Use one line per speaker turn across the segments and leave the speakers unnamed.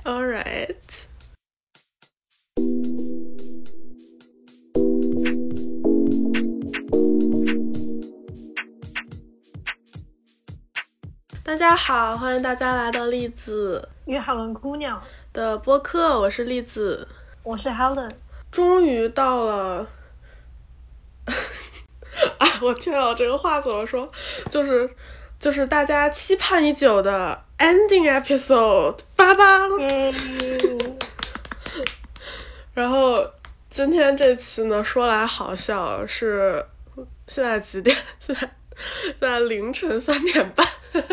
All right. 大家好，欢迎大家来到栗子
约翰伦姑娘
的播客，我是栗子，
我是 Helen。
终于到了我天啊，这个话怎么说？就是大家期盼已久的 ending episode， 巴巴。然后今天这期呢，说来好笑，是现在几点？现在凌晨3点半。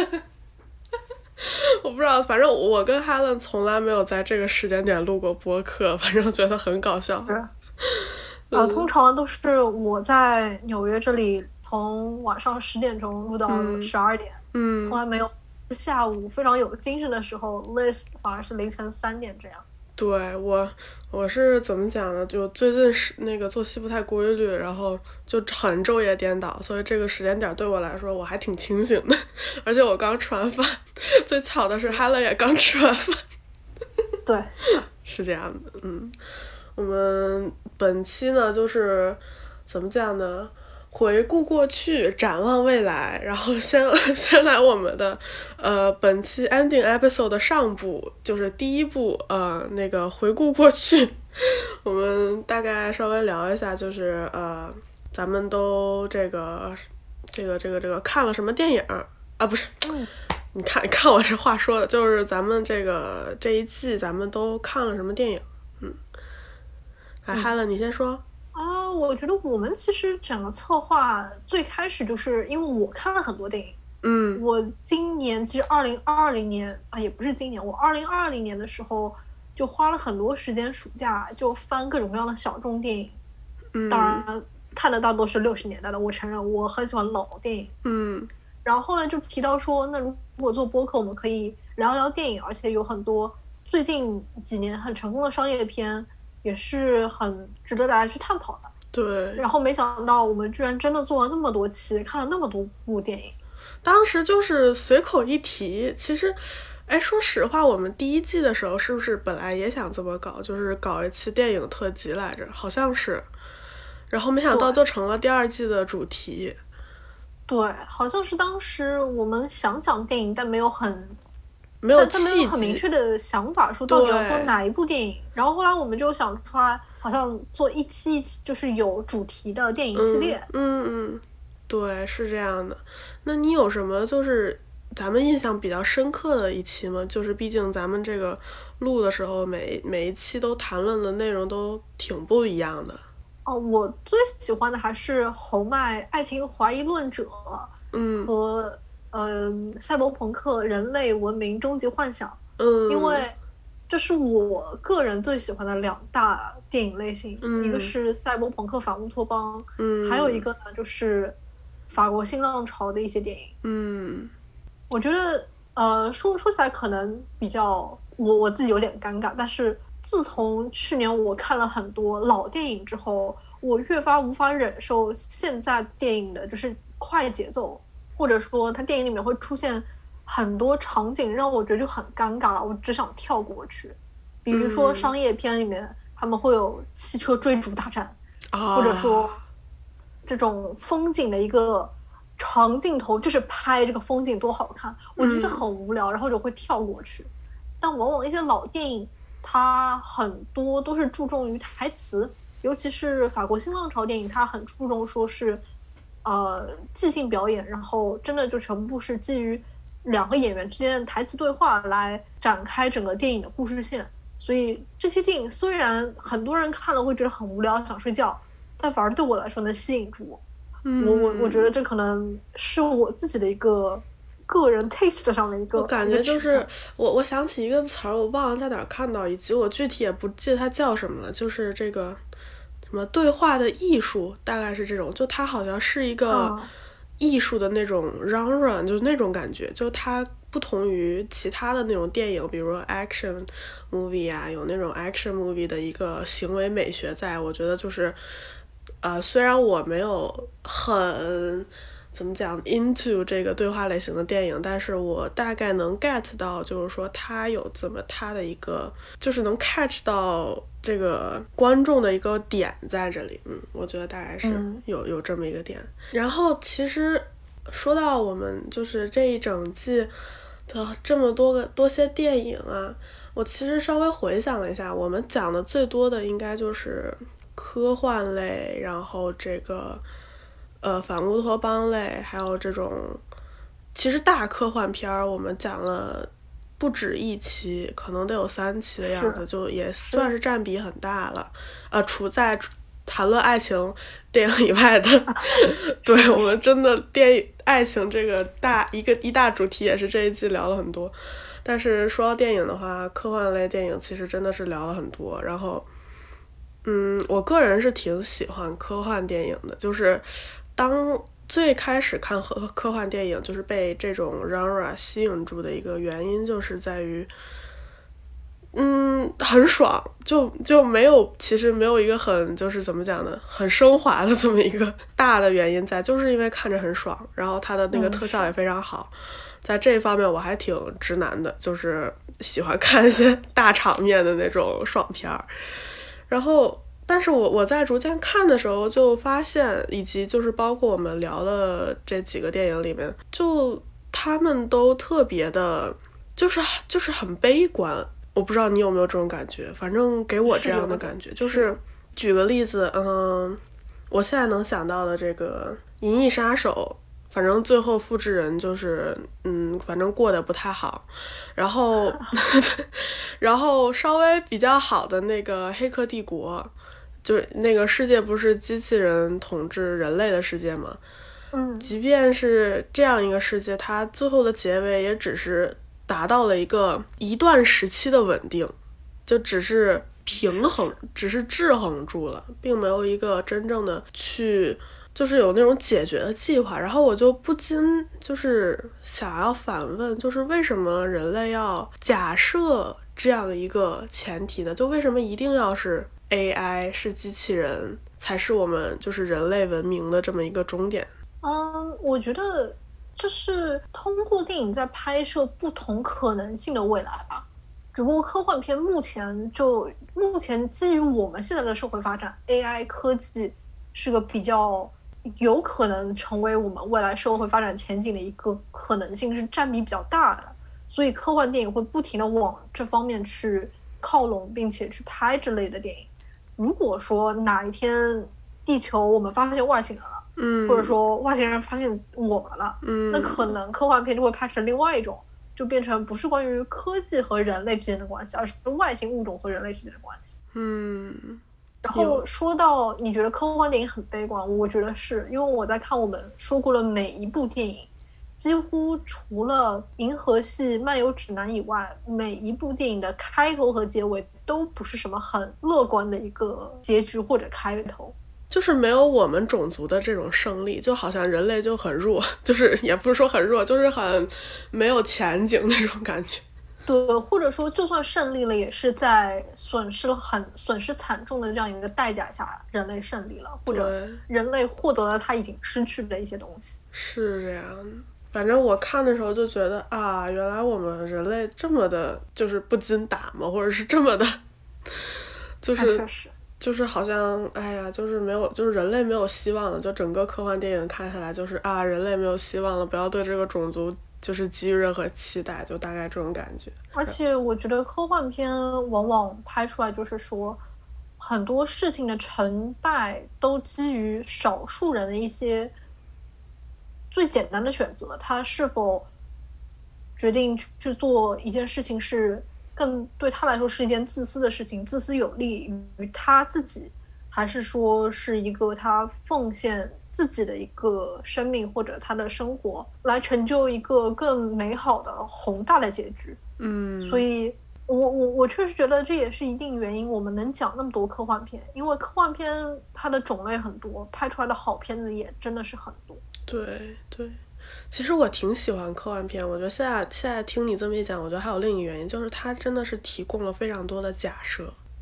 我不知道，反正我跟 Helen 从来没有在这个时间点录过播客，反正觉得很搞笑。
通常都是我在纽约这里从晚上10点钟录到12点，从来没有下午非常有精神的时候 Liz 反而是凌晨3点这样。
对，我是怎么讲呢，就最近是那个作息不太规律，然后就很昼夜颠倒，所以这个时间点对我来说我还挺清醒的，而且我刚吃完饭，最巧的是 Helen 也刚吃完饭。
对，
是这样的。我们本期呢就是怎么讲呢，回顾过去，展望未来，然后先来我们的本期 ending episode 的上部，就是第一部那个回顾过去，我们大概稍微聊一下，就是咱们都这个看了什么电影啊？不是，你看我这话说的，就是咱们这一季咱们都看了什么电影？来，Helen 你先说。
我觉得我们其实整个策划最开始就是因为我看了很多电影，我今年其实2020年也不是今年，我2020年的时候就花了很多时间暑假就翻各种各样的小众电影，当然看的大多是60年代的，我承认我很喜欢老电影，然后后来就提到说，那如果做播客我们可以聊聊电影，而且有很多最近几年很成功的商业片也是很值得大家去探讨的。
对，
然后没想到我们居然真的做了那么多期，看了那么多部电影。
当时就是随口一提，其实说实话，我们第一季的时候是不是本来也想这么搞，就是搞一期电影特辑来着，好像是，然后没想到就成了第2季的主题。
对，好像是当时我们想讲电影，但没有很明确的想法，说到底要做哪一部电影。然后后来我们就想出来，好像做一期就是有主题的电影系列。
对，是这样的。那你有什么就是咱们印象比较深刻的一期吗？就是毕竟咱们这个录的时候，每一期都谈论的内容都挺不一样的。
我最喜欢的还是侯麦《爱情怀疑论者》和赛博朋克人类文明终极幻想，因为这是我个人最喜欢的2大电影类型，一个是赛博朋克反乌托邦，还有一个呢就是法国新浪潮的一些电影。我觉得说起来可能比较我自己有点尴尬，但是自从去年我看了很多老电影之后，我越发无法忍受现在电影的就是快节奏，或者说它电影里面会出现很多场景让我觉得就很尴尬了，我只想跳过去。比如说商业片里面他们会有汽车追逐大战，或者说这种风景的一个长镜头，就是拍这个风景多好看，我觉得很无聊，然后就会跳过去。但往往一些老电影它很多都是注重于台词，尤其是法国新浪潮电影，它很注重说是即兴表演，然后真的就全部是基于2个演员之间的台词对话来展开整个电影的故事线。所以这些电影虽然很多人看了会觉得很无聊想睡觉，但反而对我来说能吸引住我。我觉得这可能是我自己的一个个人 taste 上的一个，
我感觉就是我想起一个词儿，我忘了在哪儿看到，以及我具体也不记得它叫什么了，就是这个什么对话的艺术，大概是这种，就它好像是一个艺术的那种 genre，就是那种感觉，就它不同于其他的那种电影，比如说 action movie 啊，有那种 action movie 的一个行为美学在，我觉得就是虽然我没有很怎么讲 into 这个对话类型的电影，但是我大概能 get 到，就是说它有这么它的一个，就是能 catch 到这个观众的一个点在这里。我觉得大概是有这么一个点。然后其实说到我们就是这一整季的这么多些电影啊，我其实稍微回想了一下，我们讲的最多的应该就是科幻类，然后这个反乌托邦类，还有这种其实大科幻片我们讲了不止1期，可能得有3期的样子，就也算是占比很大了。除在谈论爱情电影以外的对，我们真的爱情这个一大主题也是这一季聊了很多。但是说到电影的话，科幻类电影其实真的是聊了很多。然后我个人是挺喜欢科幻电影的，就是当最开始看科幻电影就是被这种 genre 吸引住的一个原因，就是在于很爽，就没有，其实没有一个很就是怎么讲呢，很升华的这么一个大的原因在，就是因为看着很爽，然后它的那个特效也非常好。在这一方面我还挺直男的，就是喜欢看一些大场面的那种爽片。然后但是我在逐渐看的时候就发现，以及就是包括我们聊的这几个电影里面，就他们都特别的就是很悲观。我不知道你有没有这种感觉，反正给我这样的感觉。就是举个例子，我现在能想到的这个《银翼杀手》，反正最后复制人就是反正过得不太好。然后然后稍微比较好的那个《黑客帝国》，就是那个世界不是机器人统治人类的世界吗？即便是这样一个世界，它最后的结尾也只是达到了一段时期的稳定，就只是平衡，只是制衡住了，并没有一个真正的就是有那种解决的计划。然后我就不禁就是想要反问，就是为什么人类要假设这样的一个前提呢？就为什么一定要是 AI 是机器人才是我们就是人类文明的这么一个终点？
我觉得就是通过电影在拍摄不同可能性的未来吧。只不过科幻片目前基于我们现在的社会发展， AI 科技是个比较有可能成为我们未来社会发展前景的一个可能性，是占比比较大的，所以科幻电影会不停的往这方面去靠拢，并且去拍这类的电影。如果说哪一天地球我们发现外星人了，或者说外星人发现我们了，那可能科幻片就会拍成另外一种，就变成不是关于科技和人类之间的关系，而是外星物种和人类之间的关系。然后说到你觉得科幻电影很悲观，我觉得是因为我在看我们说过了每一部电影，几乎除了银河系漫游指南以外，每一部电影的开头和结尾都不是什么很乐观的一个结局或者开头，
就是没有我们种族的这种胜利，就好像人类就很弱，就是也不是说很弱，就是很没有前景那种感觉。
对，或者说就算胜利了，也是在损失惨重的这样一个代价下，人类胜利了，或者人类获得了他已经失去的一些东西。
是这样。反正我看的时候就觉得啊，原来我们人类这么的就是不禁打嘛，或者是这么的就是好像哎呀，就是没有，就是人类没有希望了。就整个科幻电影看下来就是啊，人类没有希望了，不要对这个种族就是给予任何期待，就大概这种感觉。
而且我觉得科幻片往往拍出来就是说很多事情的成败都基于少数人的一些最简单的选择，他是否决定去做一件事情是更对他来说是一件自私的事情，自私有利于他自己，还是说是一个他奉献自己的一个生命或者他的生活来成就一个更美好的宏大的结局。所以我确实觉得这也是一定原因我们能讲那么多科幻片，因为科幻片它的种类很多，拍出来的好片子也真的是很多。
对对，其实我挺喜欢科幻片，我觉得现在听你这么一讲，我觉得还有另一个原因，就是它真的是提供了非常多的假设。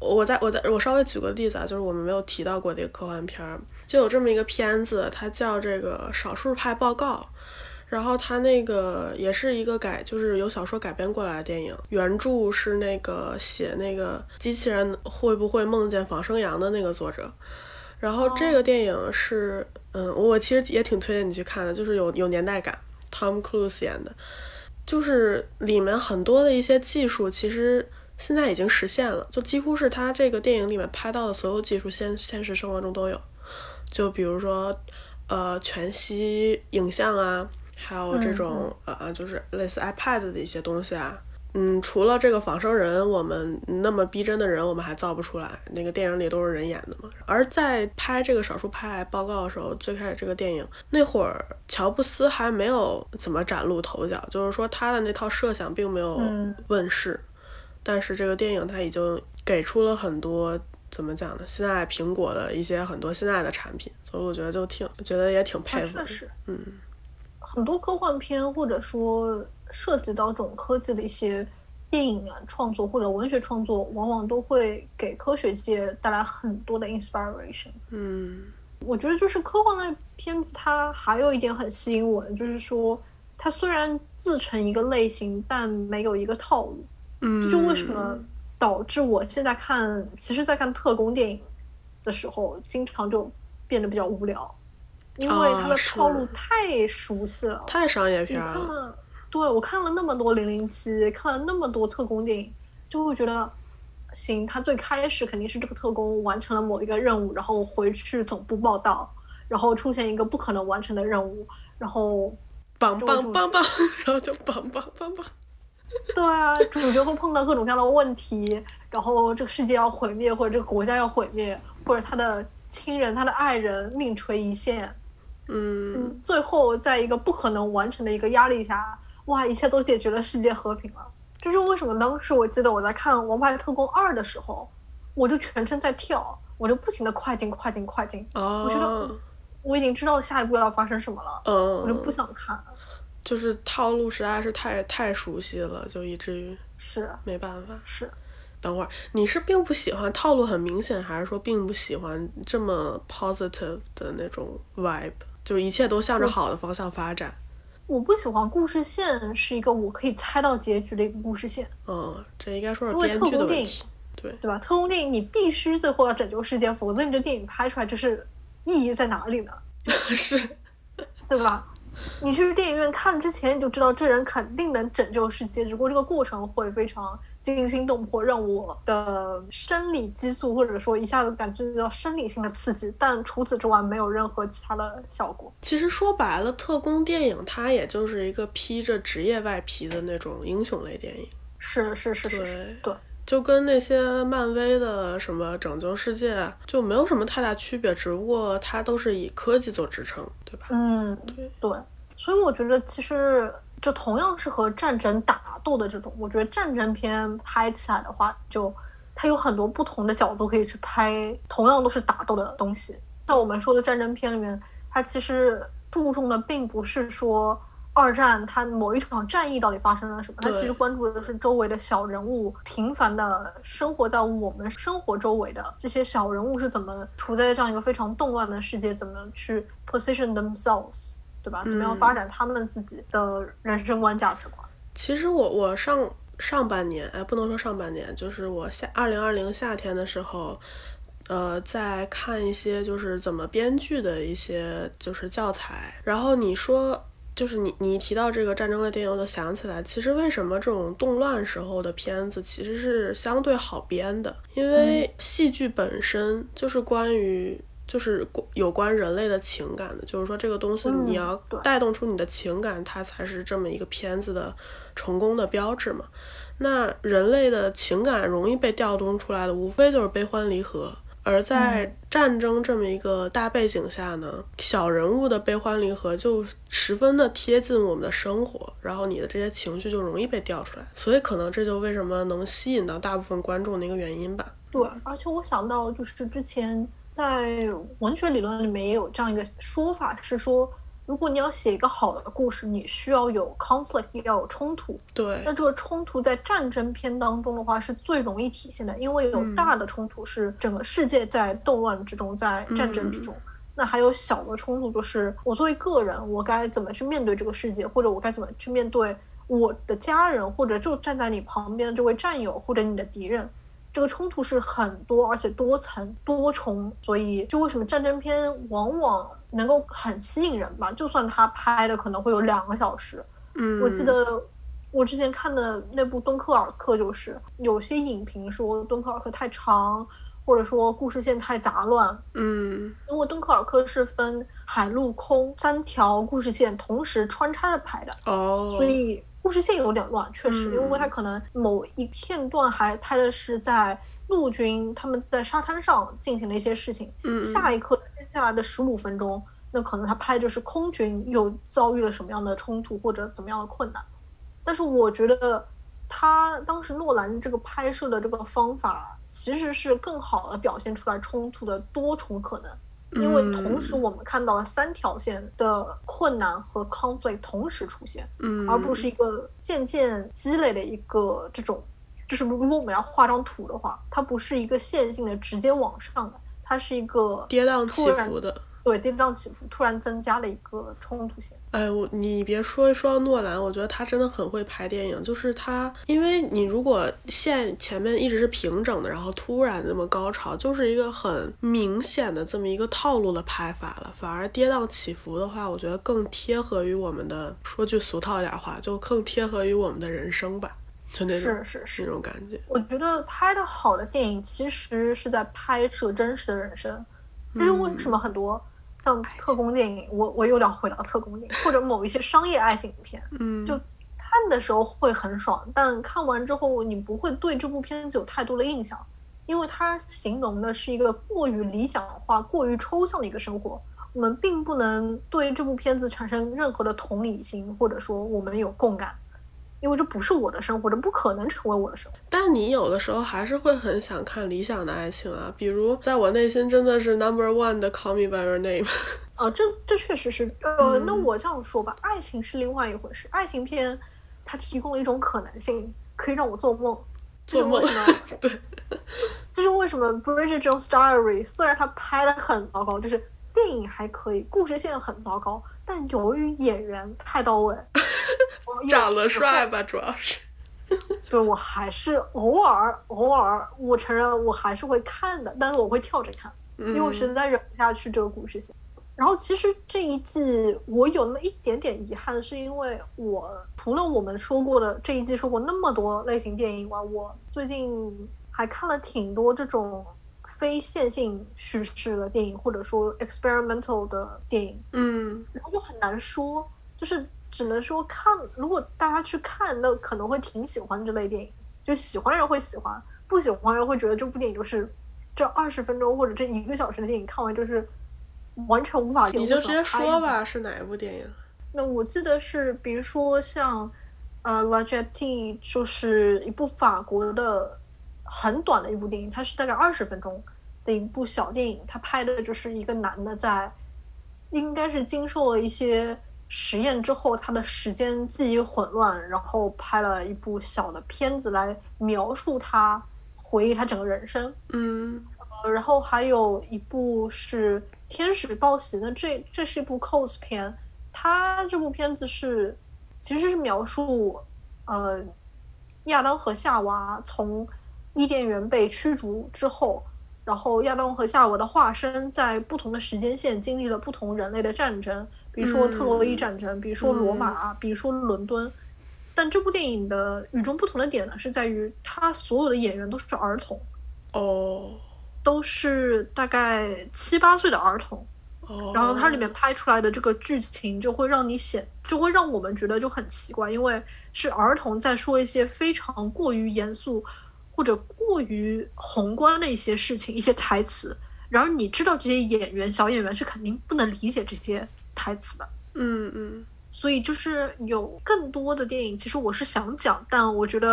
我稍微举个例子啊，就是我们没有提到过的一个科幻片，就有这么一个片子，它叫这个《少数派报告》。然后它那个也是一个就是由小说改编过来的电影，原著是那个写那个机器人会不会梦见仿生羊的那个作者。然后这个电影是我其实也挺推荐你去看的，就是有年代感， Tom Cruise 演的，就是里面很多的一些技术其实现在已经实现了，就几乎是他这个电影里面拍到的所有技术现实生活中都有，就比如说全息影像啊，还有这种就是类似 iPad 的一些东西啊。除了这个仿生人，我们那么逼真的人我们还造不出来，那个电影里都是人演的嘛。而在拍这个少数派报告的时候，最开始这个电影那会儿乔布斯还没有怎么崭露头角，就是说他的那套设想并没有问世，但是这个电影它已经给出了很多怎么讲呢，现在苹果的一些很多现在的产品，所以我觉得也挺佩服的。
确实很多科幻片或者说涉及到这种科技的一些电影创作或者文学创作，往往都会给科学界带来很多的 inspiration。我觉得就是科幻类片子它还有一点很吸引我的，就是说它虽然自成一个类型，但没有一个套路。这就为什么导致我现在其实在看特工电影的时候经常就变得比较无聊，因为它的套路太熟悉了，
太商业片了。
对，我看了那么多007，看了那么多特工电影，就会觉得行，他最开始肯定是这个特工完成了某一个任务，然后回去总部报道，然后出现一个不可能完成的任务，然后
棒棒棒棒，然后就棒棒棒棒。
对啊，主角会碰到各种各样的问题，然后这个世界要毁灭，或者这个国家要毁灭，或者他的亲人、他的爱人命垂一线。最后在一个不可能完成的一个压力下，哇，一切都解决了，世界和平了。这是为什么当时我记得我在看《王牌特工2》的时候，我就全程在跳，我就不停的快进。我觉得我已经知道下一步要发生什么了，我就不想看。
就是套路实在是太熟悉了，就以至于
是
没办法。
是，
等会儿你是并不喜欢套路很明显，还是说并不喜欢这么 positive 的那种 vibe， 就是一切都向着好的方向发展？
我不喜欢故事线是一个我可以猜到结局的一个故事线。
这应该说是编剧的问题，对
吧？特工电影你必须最后要拯救世界，否则你这电影拍出来就是意义在哪里呢？
是，
对吧？你去电影院看之前你就知道这人肯定能拯救世界，只不过这个过程会非常惊心动魄，让我的生理激素或者说一下子感知到生理性的刺激，但除此之外没有任何其他的效果。
其实说白了，特工电影它也就是一个披着职业外皮的那种英雄类电影。
是，对，
就跟那些漫威的什么拯救世界就没有什么太大区别，只不过它都是以科技做支撑，对吧？
对，所以我觉得其实就同样是和战争打斗的这种，我觉得战争片拍起来的话，就它有很多不同的角度可以去拍，同样都是打斗的东西。像我们说的战争片里面，它其实注重的并不是说二战它某一场战役到底发生了什么，它其实关注的是周围的小人物平凡的生活在我们生活周围的这些小人物是怎么处在这样一个非常动乱的世界，怎么去 position themselves， 对吧？怎么样发展他们自己的人生观价值观。
其实我上半年，不能说上半年，就是我2020夏天的时候在看一些就是怎么编剧的一些就是教材，然后你说就是你一提到这个战争类电影，我就想起来，其实为什么这种动乱时候的片子其实是相对好编的，因为戏剧本身就是就是有关人类的情感的，就是说这个东西你要带动出你的情感，它才是这么一个片子的成功的标志嘛。那人类的情感容易被调动出来的，无非就是悲欢离合。而在战争这么一个大背景下呢，小人物的悲欢离合就十分的贴近我们的生活，然后你的这些情绪就容易被调出来，所以可能这就为什么能吸引到大部分观众的一个原因吧。
对，而且我想到就是之前在文学理论里面也有这样一个说法，是说如果你要写一个好的故事，你需要有 conflict， 要有冲突。
对。
那这个冲突在战争片当中的话是最容易体现的，因为有大的冲突是整个世界在动乱之中，在战争之中。那还有小的冲突，就是我作为个人，我该怎么去面对这个世界，或者我该怎么去面对我的家人，或者就站在你旁边的这位战友，或者你的敌人。这个冲突是很多而且多层多重，所以就为什么战争片往往能够很吸引人吧，就算他拍的可能会有2个小时。我记得我之前看的那部敦刻尔克，就是有些影评说敦刻尔克太长，或者说故事线太杂乱。因为敦刻尔克是分海陆空3条故事线同时穿插着拍的，所以故事线有点乱，确实，因为他可能某一片段还拍的是在陆军他们在沙滩上进行了一些事情，下一刻接下来的15分钟，那可能他拍的就是空军又遭遇了什么样的冲突或者怎么样的困难。但是我觉得他当时诺兰这个拍摄的这个方法其实是更好的表现出来冲突的多重可能，因为同时我们看到了3条线的困难和 conflict 同时出现，而不是一个渐渐积累的一个这种，就是如果我们要画张图的话，它不是一个线性的直接往上的，它是一个
跌宕起伏的。
对，跌宕起伏，突然增加了一个冲突线。
你别说到诺兰，我觉得他真的很会拍电影。就是他，因为你如果线前面一直是平整的，然后突然这么高潮，就是一个很明显的这么一个套路的拍法了。反而跌宕起伏的话，我觉得更贴合于我们的，说句俗套点话，就更贴合于我们的人生吧。就那种
是
那种感觉。
我觉得拍的好的电影其实是在拍摄真实的人生。就是为什么很多像特工电影，我有点回到特工电影，或者某一些商业爱情片，就看的时候会很爽，但看完之后你不会对这部片子有太多的印象，因为它形容的是一个过于理想化、过于抽象的一个生活，我们并不能对这部片子产生任何的同理心，或者说我们有共感。因为这不是我的生活，这不可能成为我的生活。
但你有的时候还是会很想看理想的爱情啊，比如在我内心真的是 No.1 的 Call Me By Your Name。
这确实是那我这样说吧，爱情是另外一回事。爱情片它提供了一种可能性，可以让我做梦。
做梦。对。
这是为什么 Bridget Jones' Diary 虽然它拍得很糟糕，就是电影还可以，故事线很糟糕，但由于演员太到位。
长得帅吧，主要是。
对，我还是偶尔，我承认我还是会看的，但是我会跳着看，因为我实在忍不下去这个故事线。然后其实这一季我有那么一点点遗憾，是因为我除了我们说过的这一季说过那么多类型电影外，我最近还看了挺多这种非线性叙事的电影，或者说 experimental 的电影。然后就很难说，就是只能说看，如果大家去看，那可能会挺喜欢这类电影，就喜欢人会喜欢，不喜欢人会觉得这部电影就是这20分钟或者这1个小时的电影看完就是完全无法理解。
你就直接说吧，是哪一部电影？
那我记得是，比如说像La Jetée， 就是一部法国的很短的一部电影，它是大概20分钟的一部小电影，它拍的就是一个男的在应该是经受了一些实验之后，他的时间记忆混乱，然后拍了一部小的片子来描述他回忆他整个人生。然后还有一部是《天使报喜》，那这是一部 cos 片，他这部片子其实是描述亚当和夏娃从伊甸园被驱逐之后，然后亚当和夏娃的化身在不同的时间线经历了不同人类的战争，比如说特洛伊战争，比如说罗马，比如说伦敦。但这部电影的与众不同的点呢，是在于他所有的演员都是儿童，都是大概7、8岁的儿童。然后它里面拍出来的这个剧情就会让我们觉得就很奇怪，因为是儿童在说一些非常过于严肃或者过于宏观的一些事情，一些台词，然而你知道这些小演员是肯定不能理解这些台词的。所以就是有更多的电影其实我是想讲，但我觉得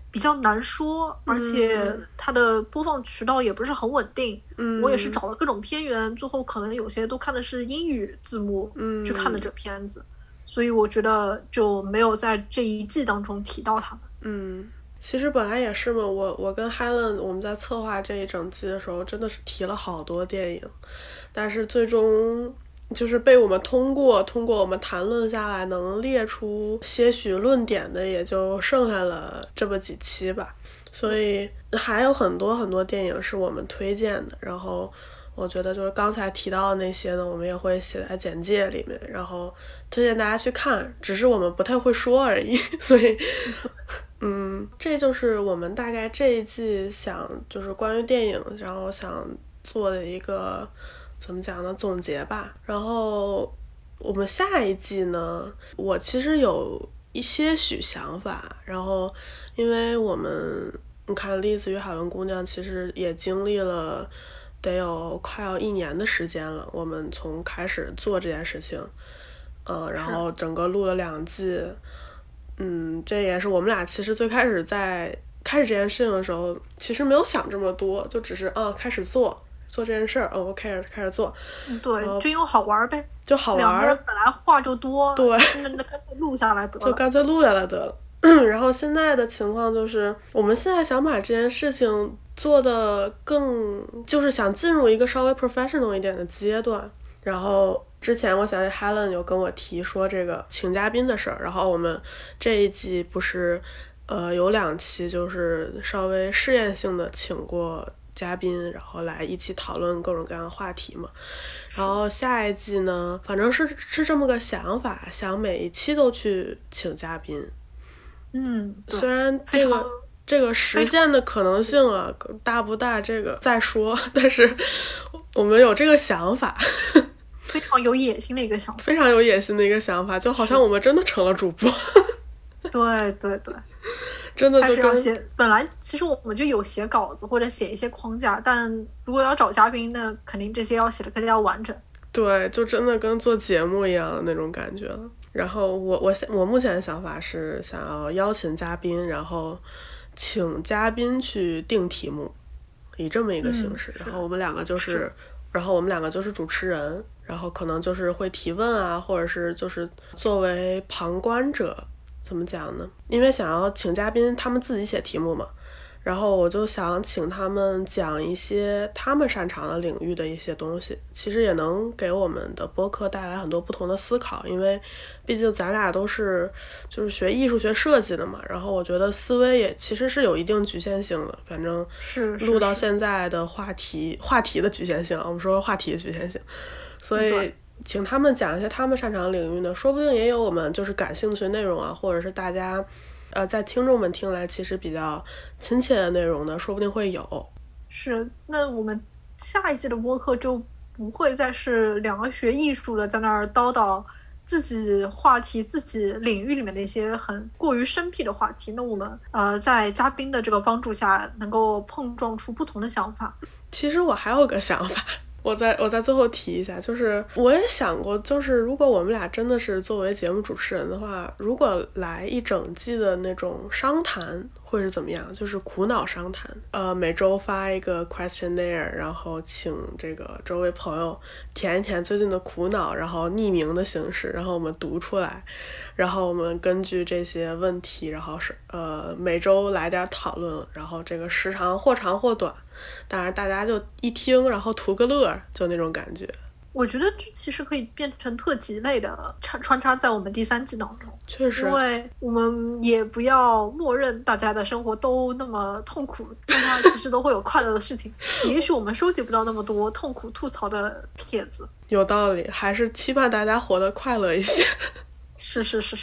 比较难说，而且它的播放渠道也不是很稳定。我也是找了各种片源，最后可能有些都看的是英语字幕去看的这片子，所以我觉得就没有在这一季当中提到他们。
其实本来也是嘛，我跟 Helen 我们在策划这一整季的时候真的是提了好多电影，但是最终就是被我们通过我们谈论下来能列出些许论点的也就剩下了这么几期吧，所以还有很多很多电影是我们推荐的，然后我觉得就是刚才提到的那些呢，我们也会写在简介里面，然后推荐大家去看，只是我们不太会说而已，所以这就是我们大概这一季想就是关于电影然后想做的一个怎么讲呢总结吧。然后我们下一季呢，我其实有一些许想法，然后因为你看栗子与海伦姑娘其实也经历了得有快要1年的时间了，我们从开始做这件事情然后整个录了2季，这也是我们俩其实最开始在开始这件事情的时候其实没有想这么多，就只是开始做这件事儿我开始做，
对，就因为好玩呗，
就好玩，
两个人本来话就多，
对，
那干脆录下来得了，
就干脆录下来得了然后现在的情况就是我们现在想把这件事情做的更就是想进入一个稍微 professional 一点的阶段，然后之前我想起 Helen 有跟我提说这个请嘉宾的事儿，然后我们这一季不是有2期就是稍微试验性的请过嘉宾，然后来一起讨论各种各样的话题嘛。然后下一季呢，反正是这么个想法，想每一期都去请嘉宾。虽然这个实现的可能性啊大不大这个再说，但是我们有这个想法。
非常有野心的一个想法，
非常有野心的一个想法，就好像我们真的成了主播。
对，
真的就
要写，本来其实我们就有写稿子或者写一些框架，但如果要找嘉宾呢，肯定这些要写的更加完整。
对，就真的跟做节目一样的那种感觉了。然后我目前的想法是想要邀请嘉宾，然后请嘉宾去定题目，以这么一个形式，然后我们两个就是主持人，然后可能就是会提问啊，或者是就是作为旁观者，怎么讲呢？因为想要请嘉宾他们自己写题目嘛，然后我就想请他们讲一些他们擅长的领域的一些东西，其实也能给我们的播客带来很多不同的思考，因为毕竟咱俩都是就是学艺术学设计的嘛，然后我觉得思维也其实是有一定局限性的，反正录到现在的话题的局限性，我们说话题的局限性，所以请他们讲一些他们擅长的领域呢，说不定也有我们就是感兴趣的内容啊，或者是大家在听众们听来其实比较亲切的内容呢，说不定会有。
是，那我们下一季的播客就不会再是2个学艺术的在那儿叨叨自己话题自己领域里面的一些很过于生僻的话题，那我们在嘉宾的这个帮助下能够碰撞出不同的想法。
其实我还有个想法，我在最后提一下，就是我也想过，就是如果我们俩真的是作为节目主持人的话，如果来一整季的那种商谈会是怎么样，就是苦恼商谈，每周发一个 questionnaire， 然后请这个周围朋友填一填最近的苦恼，然后匿名的形式，然后我们读出来，然后我们根据这些问题，然后是每周来点讨论，然后这个时长或长或短，当然大家就一听然后图个乐，就那种感觉。
我觉得这其实可以变成特辑类的穿插在我们第3季当中。
确实，
因为我们也不要默认大家的生活都那么痛苦，大家其实都会有快乐的事情。也许我们收集不到那么多痛苦吐槽的帖子。
有道理，还是期盼大家活得快乐一些。
是。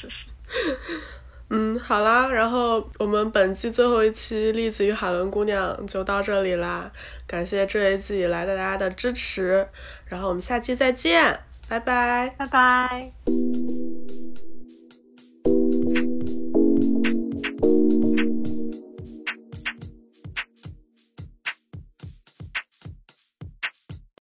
好啦，然后我们本季最后一期栗子与海伦姑娘就到这里啦，感谢这一季以来大家的支持，然后我们下期再见，拜拜。
拜拜。